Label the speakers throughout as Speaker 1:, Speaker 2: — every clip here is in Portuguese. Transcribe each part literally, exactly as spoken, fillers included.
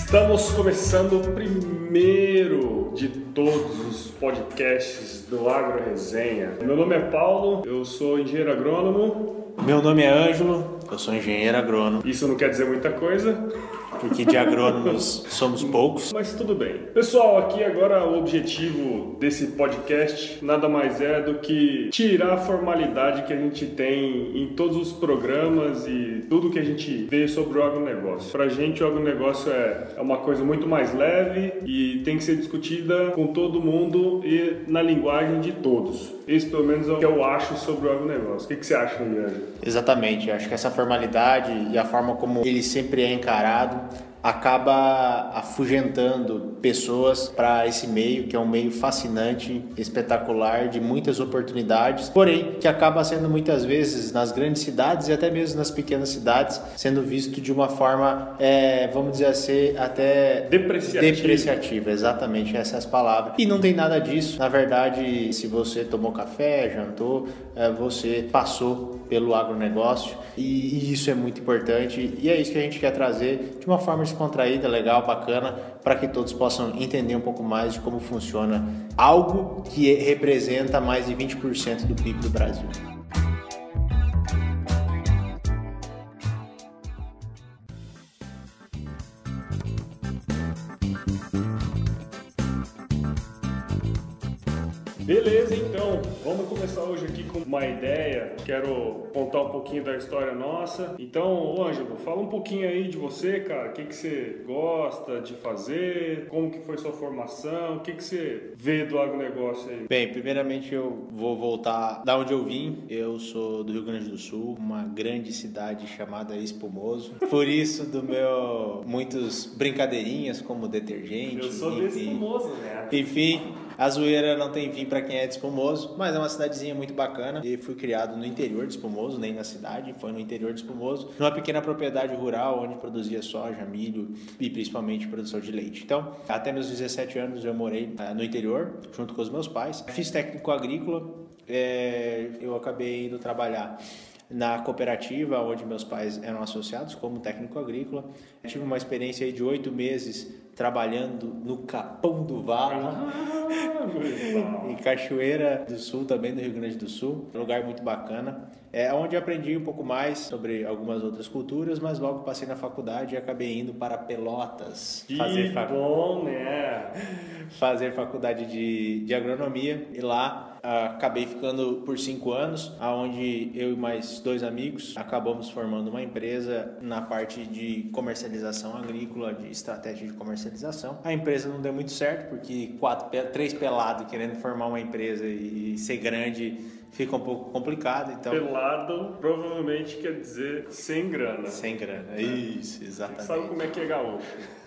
Speaker 1: Estamos começando o primeiro de todos os podcasts do Agro Resenha. Meu nome é Paulo, eu sou engenheiro agrônomo.
Speaker 2: Meu nome é Ângelo, eu sou engenheiro agrônomo.
Speaker 1: Isso não quer dizer muita coisa,
Speaker 2: porque de agrônomos somos poucos.
Speaker 1: Mas tudo bem. Pessoal, aqui agora o objetivo desse podcast nada mais é do que tirar a formalidade que a gente tem em todos os programas e tudo que a gente vê sobre o agronegócio. Pra gente o agronegócio é, é uma coisa muito mais leve e tem que ser discutida com todo mundo e na linguagem de todos. Esse pelo menos é o que eu acho sobre o agronegócio. O que, que você acha, Guilherme?
Speaker 2: Exatamente, acho que essa formalidade e a forma como ele sempre é encarado acaba afugentando pessoas para esse meio, que é um meio fascinante, espetacular, de muitas oportunidades, porém que acaba sendo muitas vezes nas grandes cidades e até mesmo nas pequenas cidades, sendo visto de uma forma, é, vamos dizer assim, até
Speaker 1: depreciativa.
Speaker 2: depreciativa, exatamente essas palavras. E não tem nada disso, na verdade, se você tomou café, jantou, é, você passou pelo agronegócio e, e isso é muito importante e é isso que a gente quer trazer de uma forma descontraída, legal, bacana, para que todos possam entender um pouco mais de como funciona algo que representa mais de vinte por cento do P I B do Brasil.
Speaker 1: Beleza, então, vamos começar hoje aqui com uma ideia. Quero contar um pouquinho da história nossa. Então, Ângelo, fala um pouquinho aí de você, cara. O que, que você gosta de fazer? Como que foi sua formação? O que, que você vê do agronegócio aí?
Speaker 2: Bem, primeiramente eu vou voltar da onde eu vim. Eu sou do Rio Grande do Sul, uma grande cidade chamada Espumoso. Por isso, do meu muitos brincadeirinhas como detergente.
Speaker 1: Eu sou de Espumoso, né?
Speaker 2: Enfim. A zoeira não tem fim para quem é de Espumoso, mas é uma cidadezinha muito bacana. E fui criado no interior de Espumoso, nem na cidade, foi no interior de Espumoso, numa pequena propriedade rural onde produzia soja, milho e principalmente produção de leite. Então, até meus dezessete anos eu morei uh, no interior, junto com os meus pais. Fiz técnico agrícola, é, eu acabei indo trabalhar na cooperativa onde meus pais eram associados como técnico agrícola. Eu tive uma experiência aí de oito meses trabalhando no Capão do Vale, ah, em Cachoeira do Sul, também do Rio Grande do Sul, um lugar muito bacana, é onde eu aprendi um pouco mais sobre algumas outras culturas, mas logo passei na faculdade e acabei indo para Pelotas.
Speaker 1: Que
Speaker 2: fazer fac...
Speaker 1: bom, né?
Speaker 2: Fazer faculdade de, de agronomia e lá acabei ficando por cinco anos, onde eu e mais dois amigos acabamos formando uma empresa na parte de comercialização agrícola, de estratégia de comercialização. A empresa não deu muito certo, porque quatro, três pelados querendo formar uma empresa e ser grande fica um pouco complicado. Então...
Speaker 1: Pelado provavelmente quer dizer sem grana.
Speaker 2: Sem grana, isso, exatamente.
Speaker 1: Você sabe como é que é gaúcho.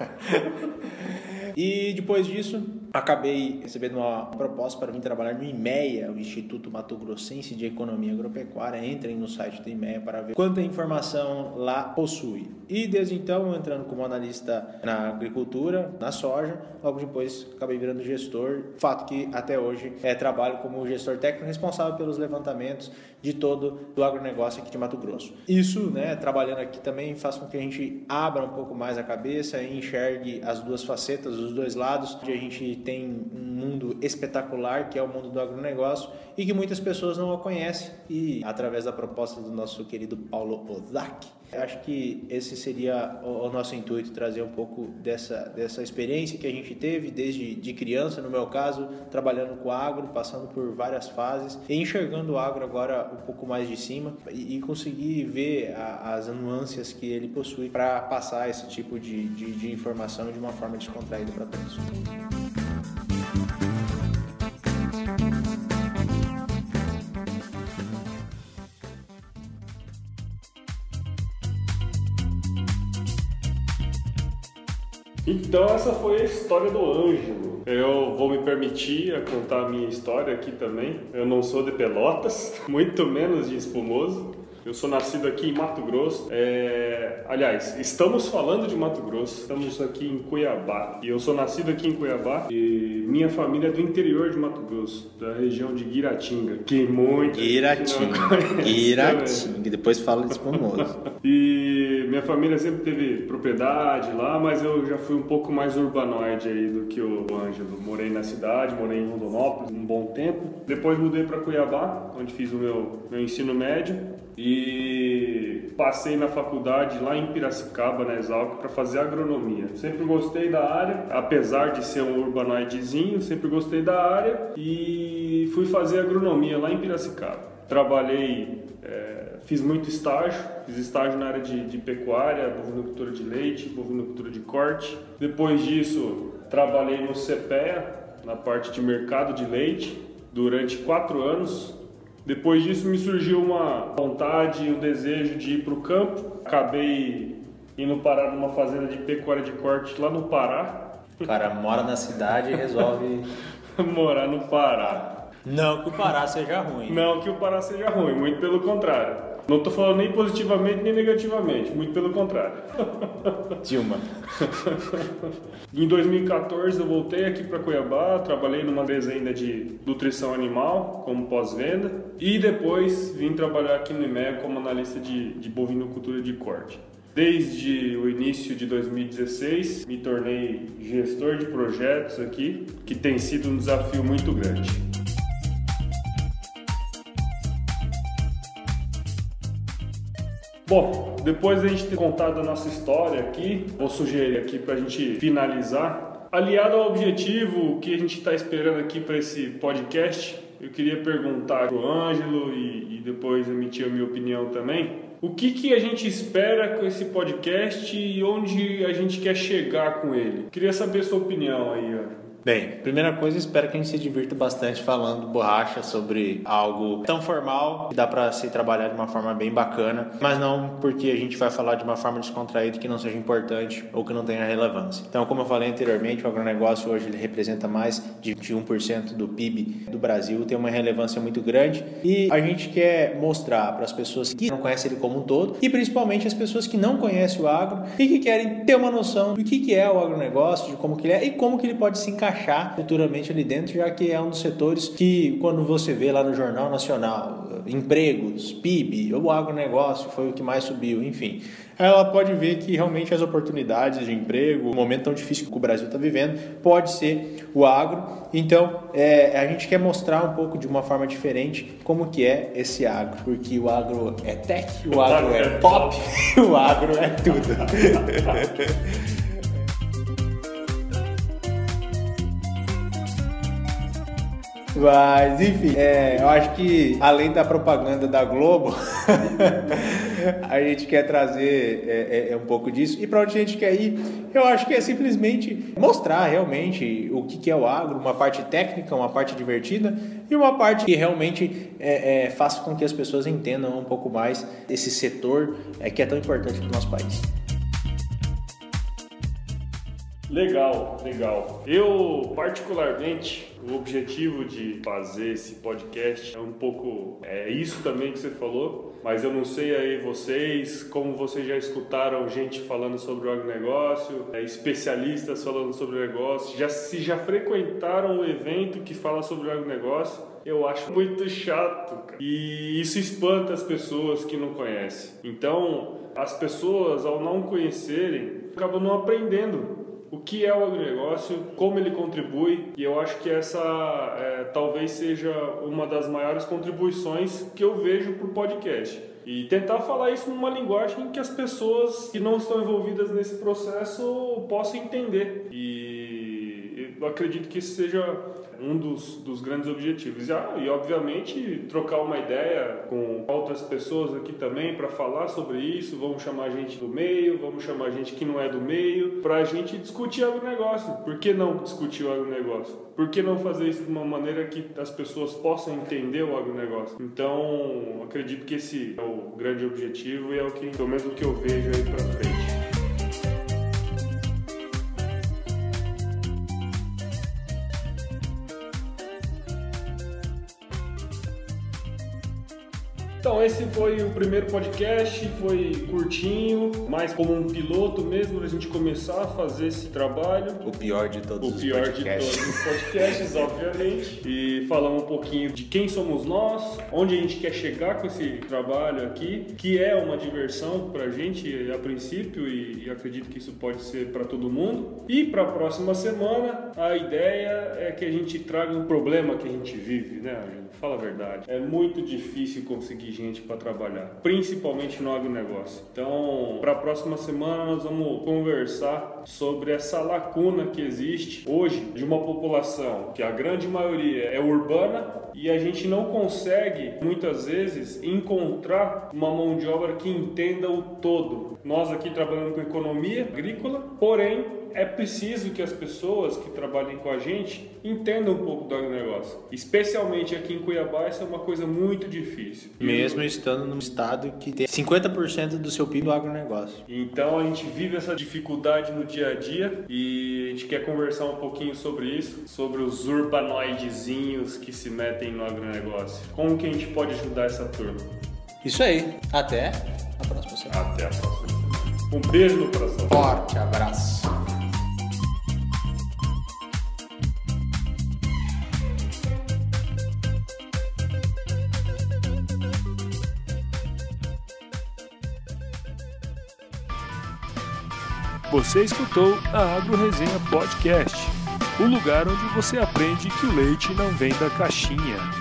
Speaker 2: E depois disso, acabei recebendo uma proposta para vir trabalhar no IMEA, o Instituto Mato Grossense de Economia Agropecuária. Entrem no site do IMEA para ver quanta informação lá possui. E desde então, entrando como analista na agricultura, na soja, logo depois acabei virando gestor. Fato que até hoje é, trabalho como gestor técnico responsável pelos levantamentos de todo do agronegócio aqui de Mato Grosso. Isso, né, trabalhando aqui também faz com que a gente abra um pouco mais a cabeça e enxergue as duas facetas, os dois lados, onde a gente tem um mundo espetacular que é o mundo do agronegócio e que muitas pessoas não o conhecem, e através da proposta do nosso querido Paulo Ozaki, acho que esse seria o, o nosso intuito, trazer um pouco dessa, dessa experiência que a gente teve desde de criança, no meu caso, trabalhando com agro, passando por várias fases e enxergando o agro agora um pouco mais de cima e, e conseguir ver a, as nuances que ele possui para passar esse tipo de, de, de informação de uma forma descontraída para todos.
Speaker 1: Então essa foi a história do Ângelo. Eu vou me permitir a contar a minha história aqui também. Eu não sou de Pelotas, muito menos de Espumoso. Eu sou nascido aqui em Mato Grosso. É... Aliás, estamos falando de Mato Grosso. Estamos aqui em Cuiabá. E eu sou nascido aqui em Cuiabá. E minha família é do interior de Mato Grosso, da região de Guiratinga. Que muito.
Speaker 2: Guiratinga. Guiratinga. Depois fala de Espumoso.
Speaker 1: E minha família sempre teve propriedade lá, mas eu já fui um pouco mais urbanoide aí do que o Ângelo. Morei na cidade, morei em Rondonópolis um bom tempo. Depois mudei para Cuiabá, onde fiz o meu, meu ensino médio. E passei na faculdade lá em Piracicaba, na Exalc, para fazer agronomia. Sempre gostei da área, apesar de ser um urbanoidezinho, sempre gostei da área e fui fazer agronomia lá em Piracicaba. Trabalhei, é, fiz muito estágio, fiz estágio na área de, de pecuária, bovinocultura de leite, bovinocultura de corte. Depois disso, trabalhei no CEPEA, na parte de mercado de leite, durante quatro anos. Depois disso me surgiu uma vontade e o desejo de ir para o campo. Acabei indo parar numa fazenda de pecuária de corte lá no Pará.
Speaker 2: O cara mora na cidade e resolve
Speaker 1: morar no Pará.
Speaker 2: Não que o Pará seja ruim.
Speaker 1: Não que o Pará seja ruim, muito pelo contrário. Não estou falando nem positivamente nem negativamente, muito pelo contrário.
Speaker 2: Dilma.
Speaker 1: Em dois mil e quatorze eu voltei aqui para Cuiabá, trabalhei numa empresa ainda de nutrição animal, como pós-venda, e depois vim trabalhar aqui no I M E A como analista de, de bovinocultura de corte. Desde o início de dois mil e dezesseis me tornei gestor de projetos aqui, que tem sido um desafio muito grande. Bom, depois da gente ter contado a nossa história aqui, vou sugerir aqui para a gente finalizar. Aliado ao objetivo que a gente está esperando aqui para esse podcast, eu queria perguntar para o Ângelo e, e depois emitir a minha opinião também. O que, que a gente espera com esse podcast e onde a gente quer chegar com ele? Queria saber a sua opinião aí, Ângelo.
Speaker 2: Bem, primeira coisa, espero que a gente se divirta bastante falando borracha sobre algo tão formal que dá para se trabalhar de uma forma bem bacana, mas não porque a gente vai falar de uma forma descontraída que não seja importante ou que não tenha relevância. Então, como eu falei anteriormente, o agronegócio hoje ele representa mais de vinte e um por cento do P I B do Brasil, tem uma relevância muito grande e a gente quer mostrar para as pessoas que não conhecem ele como um todo e principalmente as pessoas que não conhecem o agro e que querem ter uma noção do que é o agronegócio, de como que ele é e como que ele pode se encaixar futuramente ali dentro, já que é um dos setores que, quando você vê lá no Jornal Nacional, empregos, P I B, o agronegócio foi o que mais subiu, enfim, ela pode ver que realmente as oportunidades de emprego, o momento tão difícil que o Brasil está vivendo, pode ser o agro. Então, é, a gente quer mostrar um pouco de uma forma diferente como que é esse agro, porque o agro é tech, o agro é pop, o agro é tudo. Mas, enfim, é, eu acho que além da propaganda da Globo, a gente quer trazer é, é, um pouco disso. E para onde a gente quer ir, eu acho que é simplesmente mostrar realmente o que é o agro, uma parte técnica, uma parte divertida e uma parte que realmente é, é, faça com que as pessoas entendam um pouco mais esse setor é, que é tão importante para o nosso país.
Speaker 1: Legal, legal. Eu, particularmente, o objetivo de fazer esse podcast é um pouco... É isso também que você falou, mas eu não sei aí vocês, como vocês já escutaram gente falando sobre o agronegócio, é, especialistas falando sobre o negócio, já, se já frequentaram um evento que fala sobre o agronegócio, eu acho muito chato, cara. E isso espanta as pessoas que não conhecem. Então, as pessoas, ao não conhecerem, acabam não aprendendo o que é o agronegócio, como ele contribui, e eu acho que essa é, talvez seja uma das maiores contribuições que eu vejo para o podcast. E tentar falar isso numa linguagem que as pessoas que não estão envolvidas nesse processo possam entender. E eu acredito que isso seja um dos, dos grandes objetivos. E, ah, e, obviamente, trocar uma ideia com outras pessoas aqui também para falar sobre isso. Vamos chamar gente do meio, vamos chamar gente que não é do meio, para a gente discutir agronegócio. Por que não discutir o agronegócio? Por que não fazer isso de uma maneira que as pessoas possam entender o agronegócio? Então, acredito que esse é o grande objetivo e é o que, pelo menos o que eu vejo aí para frente. Então, esse foi o primeiro podcast, foi curtinho, mais como um piloto mesmo, pra gente começar a fazer esse trabalho.
Speaker 2: O pior de todos
Speaker 1: o
Speaker 2: os
Speaker 1: pior
Speaker 2: podcasts.
Speaker 1: de todos os podcasts, obviamente. E falar um pouquinho de quem somos nós, onde a gente quer chegar com esse trabalho aqui, que é uma diversão pra gente a princípio e, e acredito que isso pode ser pra todo mundo. E pra próxima semana, a ideia é que a gente traga um problema que a gente vive, né, Argento? Fala a verdade. É muito difícil conseguir gente para trabalhar, principalmente no agronegócio. Então, para a próxima semana nós vamos conversar sobre essa lacuna que existe hoje de uma população que a grande maioria é urbana e a gente não consegue, muitas vezes, encontrar uma mão de obra que entenda o todo. Nós aqui trabalhando com economia agrícola, porém, é preciso que as pessoas que trabalhem com a gente entendam um pouco do agronegócio. Especialmente aqui em Cuiabá, isso é uma coisa muito difícil.
Speaker 2: Mesmo estando num estado que tem cinquenta por cento do seu P I B do agronegócio.
Speaker 1: Então a gente vive essa dificuldade no dia a dia e a gente quer conversar um pouquinho sobre isso, sobre os urbanoidezinhos que se metem no agronegócio. Como que a gente pode ajudar essa turma?
Speaker 2: Isso aí. Até a próxima semana.
Speaker 1: Até a próxima semana. Um beijo no coração.
Speaker 2: Forte abraço.
Speaker 3: Você escutou a Agro Resenha Podcast, o lugar onde você aprende que o leite não vem da caixinha.